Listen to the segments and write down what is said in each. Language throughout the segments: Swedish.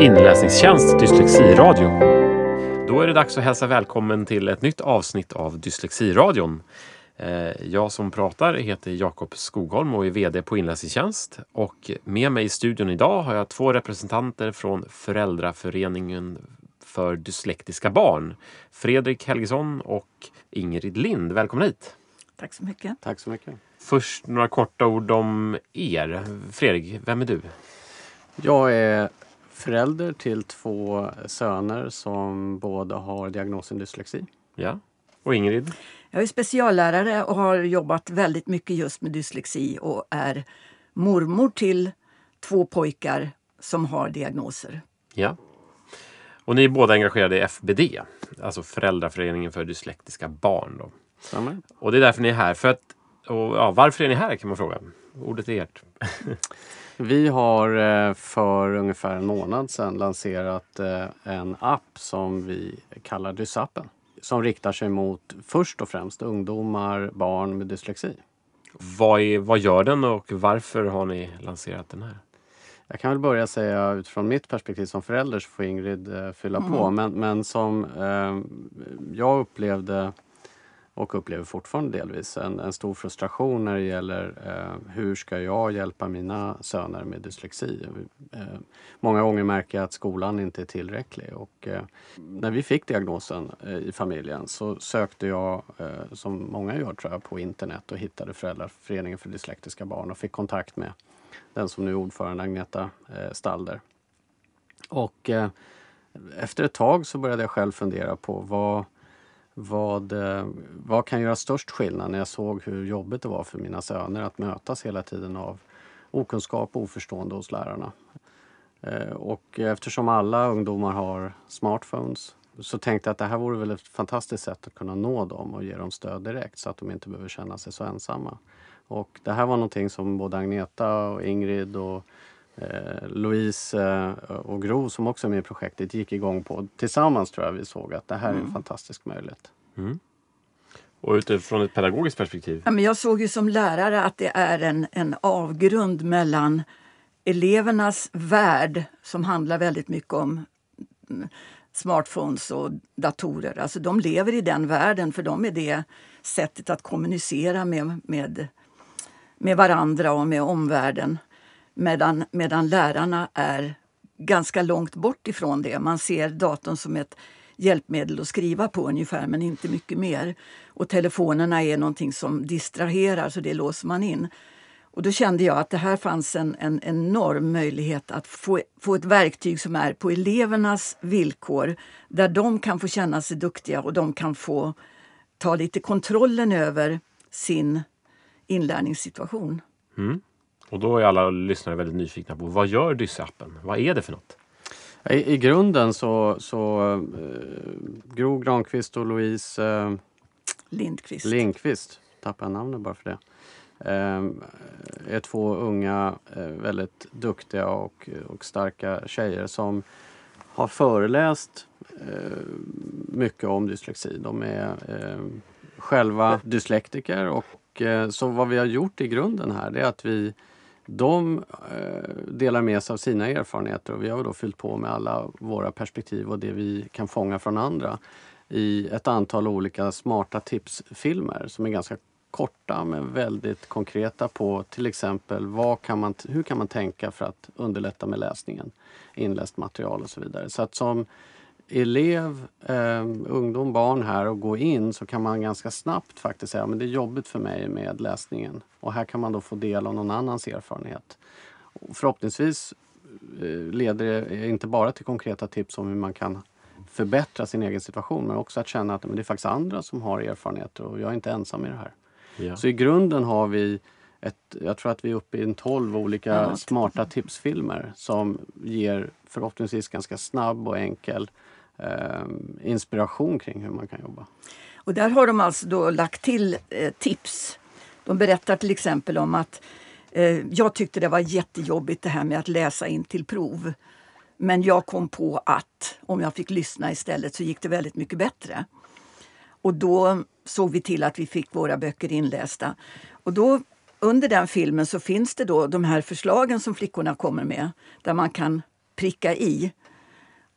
Inläsningstjänst Dyslexiradio. Då är det dags att hälsa välkommen till ett nytt avsnitt av Dyslexiradion. Jag som pratar heter Jakob Skogholm och är vd på Inläsningstjänst. Och med mig i studion idag har jag två representanter från Föräldraföreningen för dyslektiska barn. Fredrik Helgesson och Ingrid Lind. Välkommen hit. Tack så mycket. Tack så mycket. Först några korta ord om er. Fredrik, vem är du? Jag är förälder till två söner som båda har diagnosen dyslexi. Ja. Och Ingrid? Jag är speciallärare och har jobbat väldigt mycket just med dyslexi och är mormor till två pojkar som har diagnoser. Ja. Och ni är båda engagerade i FBD, alltså Föräldraföreningen för dyslektiska barn. Då. Stämmer. Och det är därför ni är här. Varför är ni här kan man fråga. Ordet är ert. Vi har för ungefär en månad sedan lanserat en app som vi kallar Dysappen. Som riktar sig mot först och främst ungdomar, barn med dyslexi. Vad gör den och varför har ni lanserat den här? Jag kan väl börja säga utifrån mitt perspektiv som förälder så får Ingrid fylla på. Men som jag upplevde och upplever fortfarande delvis en stor frustration när det gäller hur ska jag hjälpa mina söner med dyslexi. Många gånger märker jag att skolan inte är tillräcklig och när vi fick diagnosen i familjen så sökte jag, som många gör tror jag, på internet och hittade Föräldraföreningen för dyslektiska barn och fick kontakt med den som nu är ordförande, Agneta Stalder. Och efter ett tag så började jag själv fundera på vad kan göra störst skillnad när jag såg hur jobbigt det var för mina söner att mötas hela tiden av okunskap och oförstående hos lärarna. Och eftersom alla ungdomar har smartphones så tänkte jag att det här vore väl ett fantastiskt sätt att kunna nå dem och ge dem stöd direkt så att de inte behöver känna sig så ensamma. Och det här var någonting som både Agneta och Ingrid och Louise och Gro som också är med i projektet gick igång på. Tillsammans tror jag vi såg att det här är en fantastisk möjlighet. Mm. Och utifrån ett pedagogiskt perspektiv? Ja, men jag såg ju som lärare att det är en avgrund mellan elevernas värld som handlar väldigt mycket om smartphones och datorer. Alltså de lever i den världen för dem är det sättet att kommunicera med varandra och med omvärlden. Medan lärarna är ganska långt bort ifrån det. Man ser datorn som ett hjälpmedel att skriva på ungefär, men inte mycket mer. Och telefonerna är någonting som distraherar, så det låser man in. Och då kände jag att det här fanns en enorm möjlighet att få ett verktyg som är på elevernas villkor. Där de kan få känna sig duktiga och de kan få ta lite kontrollen över sin inlärningssituation. Mm. Och då är alla lyssnare väldigt nyfikna på vad gör Dysappen? Vad är det för något? I grunden så Gro Granqvist och Louise Lindqvist, tappar jag namnet bara för det, är två unga, väldigt duktiga och starka tjejer som har föreläst mycket om dyslexi. De är själva dyslektiker och så vad vi har gjort i grunden här det är att de delar med sig av sina erfarenheter och vi har då fyllt på med alla våra perspektiv och det vi kan fånga från andra i ett antal olika smarta tipsfilmer som är ganska korta men väldigt konkreta på till exempel hur kan man tänka för att underlätta med läsningen, inläst material och så vidare. Så att som elev, ungdom, barn här och gå in så kan man ganska snabbt faktiskt säga men det är jobbigt för mig med läsningen. Och här kan man då få del av någon annans erfarenhet. Och förhoppningsvis leder det inte bara till konkreta tips om hur man kan förbättra sin egen situation men också att känna att men det är faktiskt andra som har erfarenheter och jag är inte ensam i det här. Ja. Så i grunden har vi jag tror att vi är uppe i 12 olika smarta tipsfilmer som ger förhoppningsvis ganska snabb och enkel inspiration kring hur man kan jobba. Och där har de alltså då lagt till tips. De berättar till exempel om att jag tyckte det var jättejobbigt det här med att läsa in till prov. Men jag kom på att om jag fick lyssna istället så gick det väldigt mycket bättre. Och då såg vi till att vi fick våra böcker inlästa. Och då under den filmen så finns det då de här förslagen som flickorna kommer med. Där man kan pricka i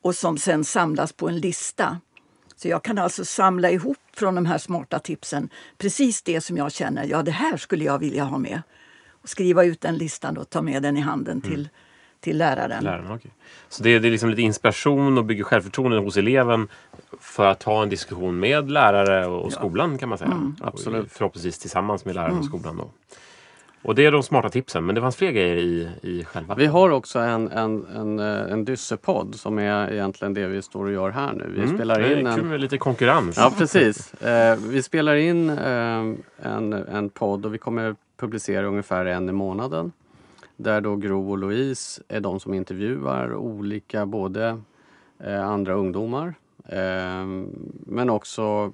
och som sen samlas på en lista. Så jag kan alltså samla ihop från de här smarta tipsen precis det som jag känner, ja det här skulle jag vilja ha med. Och skriva ut den listan och ta med den i handen till läraren. Okay. Så det är liksom lite inspiration och bygger självförtroende hos eleven för att ha en diskussion med lärare och skolan kan man säga. Absolut. Förhoppningsvis tillsammans med läraren och skolan då. Och det är de smarta tipsen, men det fanns fler grejer i själva. Vi har också en dyssepodd som är egentligen det vi står och gör här nu. Vi spelar in kul med lite konkurrens. Ja, precis. Vi spelar in en podd och vi kommer publicera ungefär en i månaden. Där då Gro och Louise är de som intervjuar olika, både andra ungdomar men också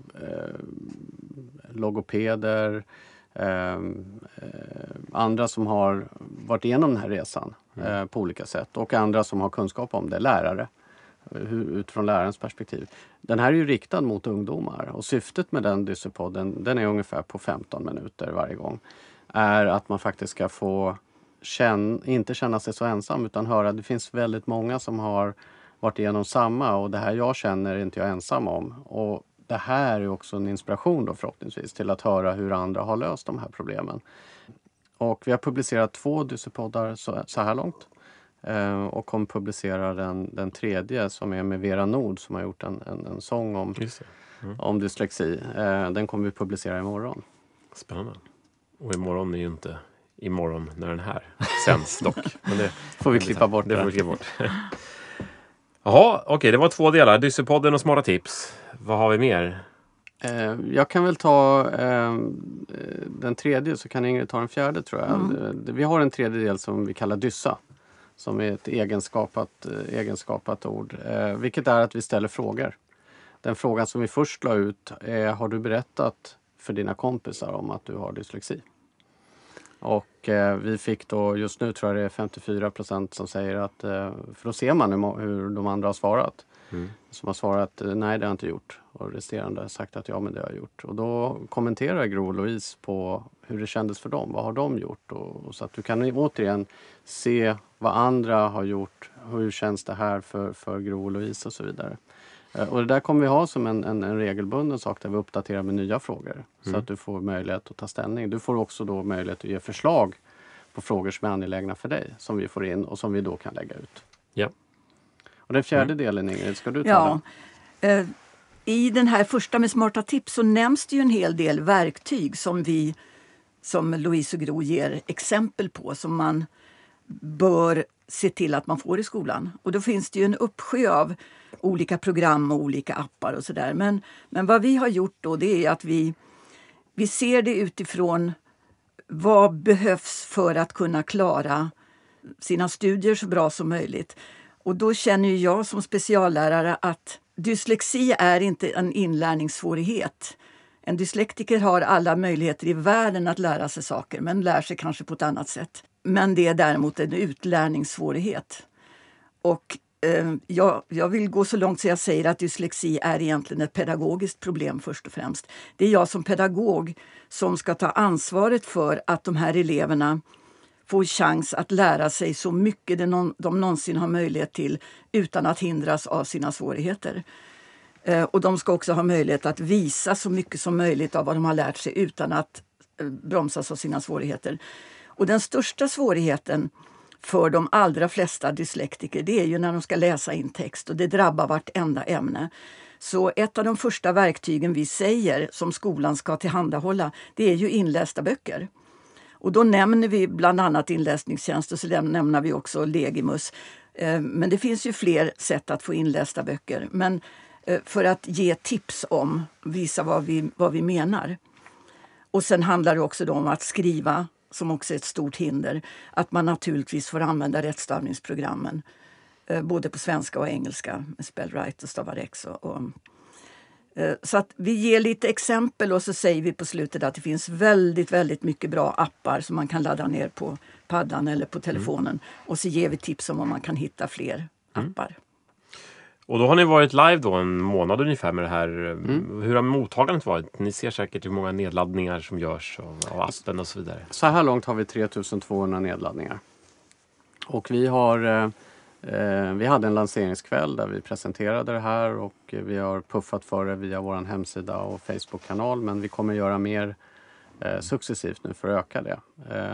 logopeder, andra som har varit igenom den här resan på olika sätt och andra som har kunskap om det, lärare utifrån lärarens perspektiv. Den här är ju riktad mot ungdomar och syftet med den dyssepodden, den är ungefär på 15 minuter varje gång, är att man faktiskt ska få inte känna sig så ensam utan höra att det finns väldigt många som har varit igenom samma och det här jag känner är inte jag ensam om. Och det här är också en inspiration då förhoppningsvis till att höra hur andra har löst de här problemen. Och vi har publicerat 2 dyssepoddar så här långt. Och kommer publicera den tredje som är med Vera Nord som har gjort en sång om dyslexi. Den kommer vi publicera imorgon. Spännande. Och imorgon är ju inte imorgon när den här sänds dock. Men det får vi klippa bort. Det får vi klippa bort. Jaha, okej, det var 2 delar. Dyssepodden och smarta tips. Vad har vi mer? Jag kan väl ta den tredje så kan Ingrid ta den fjärde tror jag. Vi har en tredje del som vi kallar dyssa. Som är ett egenskapat ord. Vilket är att vi ställer frågor. Den frågan som vi först la ut är: har du berättat för dina kompisar om att du har dyslexi? Och vi fick då, just nu tror jag det är 54% som säger att, för då ser man hur de andra har svarat. Som har svarat nej det har jag inte gjort. Och resterande har sagt att ja men det har jag gjort. Och då kommenterar Gro och Louise på hur det kändes för dem. Vad har de gjort? Och så att du kan återigen se vad andra har gjort. Hur känns det här för Gro och Louise och så vidare. Och det där kommer vi ha som en regelbunden sak där vi uppdaterar med nya frågor. Så att du får möjlighet att ta ställning. Du får också då möjlighet att ge förslag på frågor som är angelägna för dig. Som vi får in och som vi då kan lägga ut. Ja. Och den fjärde delen, Ingrid, ska du ta den? I den här första med smarta tips så nämns det ju en hel del verktyg som Louise och Gro ger exempel på som man bör se till att man får i skolan. Och då finns det ju en uppsjö av olika program och olika appar och sådär. Men vad vi har gjort då det är att vi ser det utifrån vad behövs för att kunna klara sina studier så bra som möjligt. Och då känner jag som speciallärare att dyslexi är inte en inlärningssvårighet. En dyslektiker har alla möjligheter i världen att lära sig saker men lär sig kanske på ett annat sätt. Men det är däremot en utlärningssvårighet. Och jag vill gå så långt så jag säger att dyslexi är egentligen ett pedagogiskt problem först och främst. Det är jag som pedagog som ska ta ansvaret för att de här eleverna får chans att lära sig så mycket de någonsin har möjlighet till utan att hindras av sina svårigheter. Och de ska också ha möjlighet att visa så mycket som möjligt av vad de har lärt sig utan att bromsas av sina svårigheter. Och den största svårigheten för de allra flesta dyslektiker det är ju när de ska läsa in text och det drabbar vartenda ämne. Så ett av de första verktygen vi säger som skolan ska tillhandahålla det är ju inlästa böcker. Och då nämner vi bland annat inläsningstjänst och så nämner vi också Legimus. Men det finns ju fler sätt att få inlästa böcker. Men för att ge tips om, visa vad vi menar. Och sen handlar det också om att skriva, som också är ett stort hinder. Att man naturligtvis får använda rättstavningsprogrammen. Både på svenska och engelska med Spellwright och Stavarex. Så att vi ger lite exempel och så säger vi på slutet att det finns väldigt, väldigt mycket bra appar som man kan ladda ner på paddan eller på telefonen. Och så ger vi tips om man kan hitta fler appar. Och då har ni varit live då en månad ungefär med det här. Hur har mottagandet varit? Ni ser säkert hur många nedladdningar som görs av appen och så vidare. Så här långt har vi 3200 nedladdningar. Och vi har Vi hade en lanseringskväll där vi presenterade det här och vi har puffat för det via vår hemsida och Facebook-kanal, men vi kommer göra mer successivt nu för att öka det.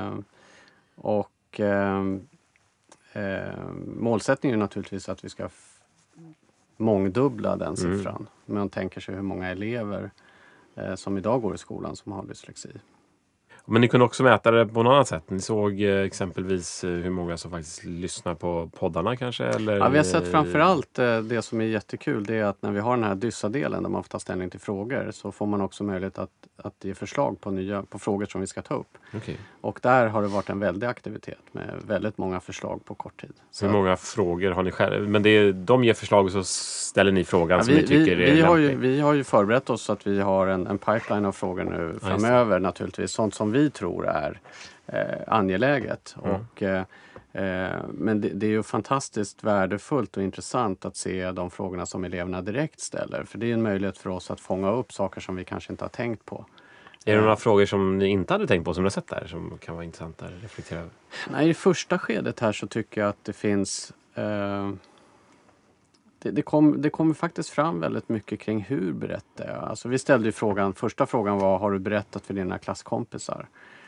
Målsättningen är naturligtvis att vi ska mångdubbla den siffran. Men man tänker sig hur många elever som idag går i skolan som har dyslexi. Men ni kunde också mäta det på något annat sätt. Ni såg exempelvis hur många som faktiskt lyssnar på poddarna kanske? Eller? Ja, vi har sett framförallt det som är jättekul, det är att när vi har den här dyssa-delen där man får ta ställning till frågor, så får man också möjlighet att ge förslag på frågor som vi ska ta upp. Okay. Och där har det varit en väldig aktivitet med väldigt många förslag på kort tid. Så hur många frågor har ni själv? Men de ger förslag och så ställer ni frågan som ni tycker är lämplig. Vi har ju förberett oss så att vi har en pipeline av frågor nu framöver naturligtvis. Sånt som vi tror är angeläget. Men det är ju fantastiskt värdefullt och intressant att se de frågorna som eleverna direkt ställer. För det är en möjlighet för oss att fånga upp saker som vi kanske inte har tänkt på. Är det några frågor som ni inte hade tänkt på som ni har sett där som kan vara intressanta att reflektera över? Nej, i första skedet här så tycker jag att det finns... Det kommer faktiskt fram väldigt mycket kring hur berättar jag. Alltså vi ställde ju första frågan var, har du berättat för dina klasskompisar?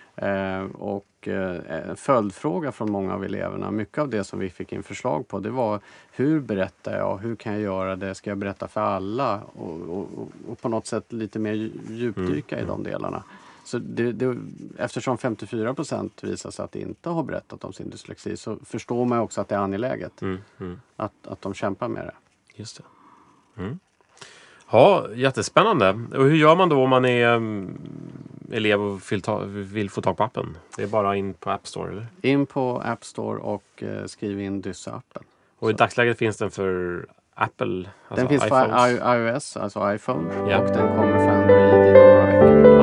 En följdfråga från många av eleverna, mycket av det som vi fick in förslag på, det var hur berättar jag, hur kan jag göra det, ska jag berätta för alla och på något sätt lite mer djupdyka i de delarna. Så eftersom 54% visar sig att inte har berättat om sin dyslexi, så förstår man också att det är angeläget att de kämpar med det. Just det. Ja, jättespännande. Och hur gör man då om man är elev och vill få tag på appen? Det är bara in på App Store, eller? In på App Store och skriv in Dyssa-appen. Och i dagsläget finns den för Apple? Alltså den finns iPhones. för iOS, alltså iPhone. Och den kommer för Android i några veckor.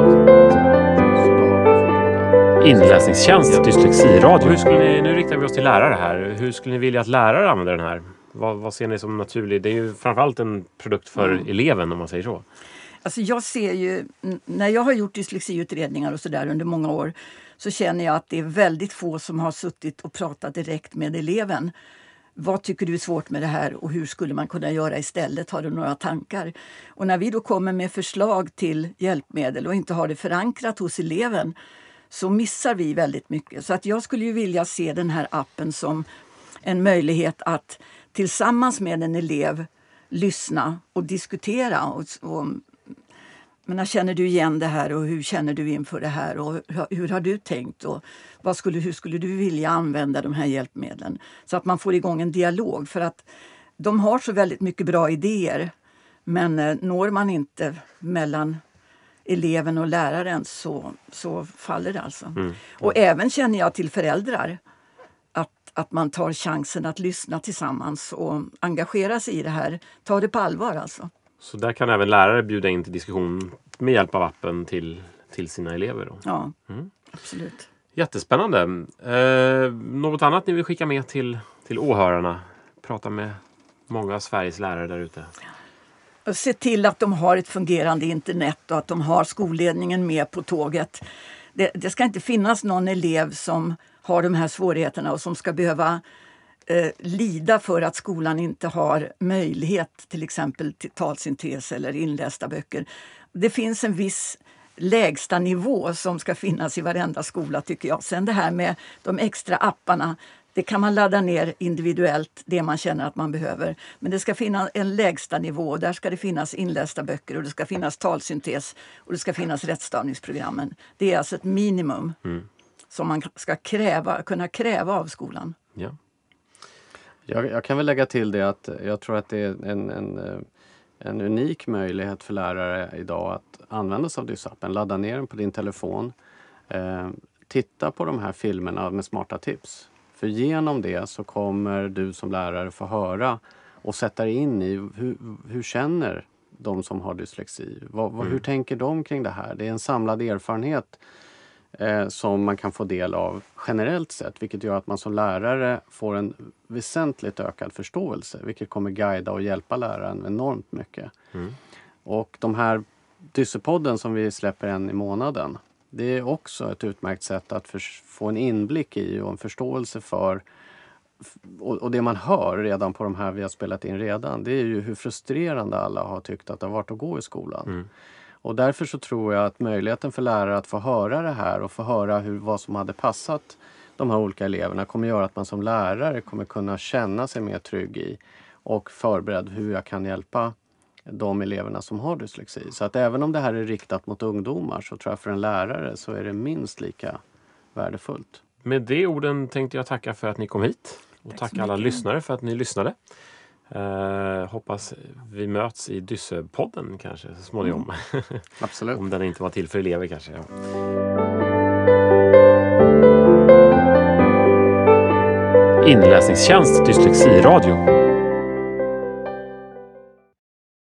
Inläsningstjänst, dyslexiradio. Nu riktar vi oss till lärare här. Hur skulle ni vilja att lärare använder den här? Vad ser ni som naturligt? Det är ju framförallt en produkt för eleven, om man säger så. Alltså jag ser ju, när jag har gjort dyslexiutredningar och sådär under många år, så känner jag att det är väldigt få som har suttit och pratat direkt med eleven. Vad tycker du är svårt med det här och hur skulle man kunna göra istället? Har du några tankar? Och när vi då kommer med förslag till hjälpmedel och inte har det förankrat hos eleven, så missar vi väldigt mycket. Så att jag skulle ju vilja se den här appen som en möjlighet att tillsammans med en elev lyssna och diskutera. Men känner du igen det här och hur känner du inför det här och hur har du tänkt och hur skulle du vilja använda de här hjälpmedlen? Så att man får igång en dialog, för att de har så väldigt mycket bra idéer, men når man inte mellan eleven och läraren så faller det alltså. Och även känner jag till föräldrar att man tar chansen att lyssna tillsammans och engagera sig i det här. Ta det på allvar alltså. Så där kan även lärare bjuda in till diskussion med hjälp av appen till sina elever då? Ja, absolut. Jättespännande. Något annat ni vill skicka med till åhörarna? Prata med många av Sveriges lärare där ute. Och se till att de har ett fungerande internet och att de har skolledningen med på tåget. Det ska inte finnas någon elev som har de här svårigheterna och som ska behöva lida för att skolan inte har möjlighet till exempel till talsyntes eller inlästa böcker. Det finns en viss lägsta nivå som ska finnas i varenda skola tycker jag. Sen det här med de extra apparna, det kan man ladda ner individuellt, det man känner att man behöver. Men det ska finnas en lägsta nivå, där ska det finnas inlästa böcker och det ska finnas talsyntes och det ska finnas rättstavningsprogrammen. Det är alltså ett minimum som man ska kunna kräva av skolan. Ja. Jag kan väl lägga till det att jag tror att det är en unik möjlighet för lärare idag att använda sig av Dyssa-appen. Ladda ner den på din telefon. Titta på de här filmerna med smarta tips. För genom det så kommer du som lärare få höra och sätta dig in i hur känner de som har dyslexi. Hur tänker de kring det här? Det är en samlad erfarenhet som man kan få del av generellt sett, vilket gör att man som lärare får en väsentligt ökad förståelse, vilket kommer guida och hjälpa läraren enormt mycket. Och de här Dyssepodden som vi släpper en i månaden, det är också ett utmärkt sätt att få en inblick i och en förståelse för och det man hör redan på de här vi har spelat in redan, det är ju hur frustrerande alla har tyckt att det har varit att gå i skolan. Och därför så tror jag att möjligheten för lärare att få höra det här och få höra vad som hade passat de här olika eleverna kommer göra att man som lärare kommer kunna känna sig mer trygg i och förberedd hur jag kan hjälpa de eleverna som har dyslexi. Så att även om det här är riktat mot ungdomar så tror jag för en lärare så är det minst lika värdefullt. Med de orden tänkte jag tacka för att ni kom hit. Och tacka alla lyssnare för att ni lyssnade. Hoppas vi möts i Dyssepodden kanske så småningom. Absolut. Om den inte var till för elever kanske. Ja. Inläsningstjänst Dyslexiradio.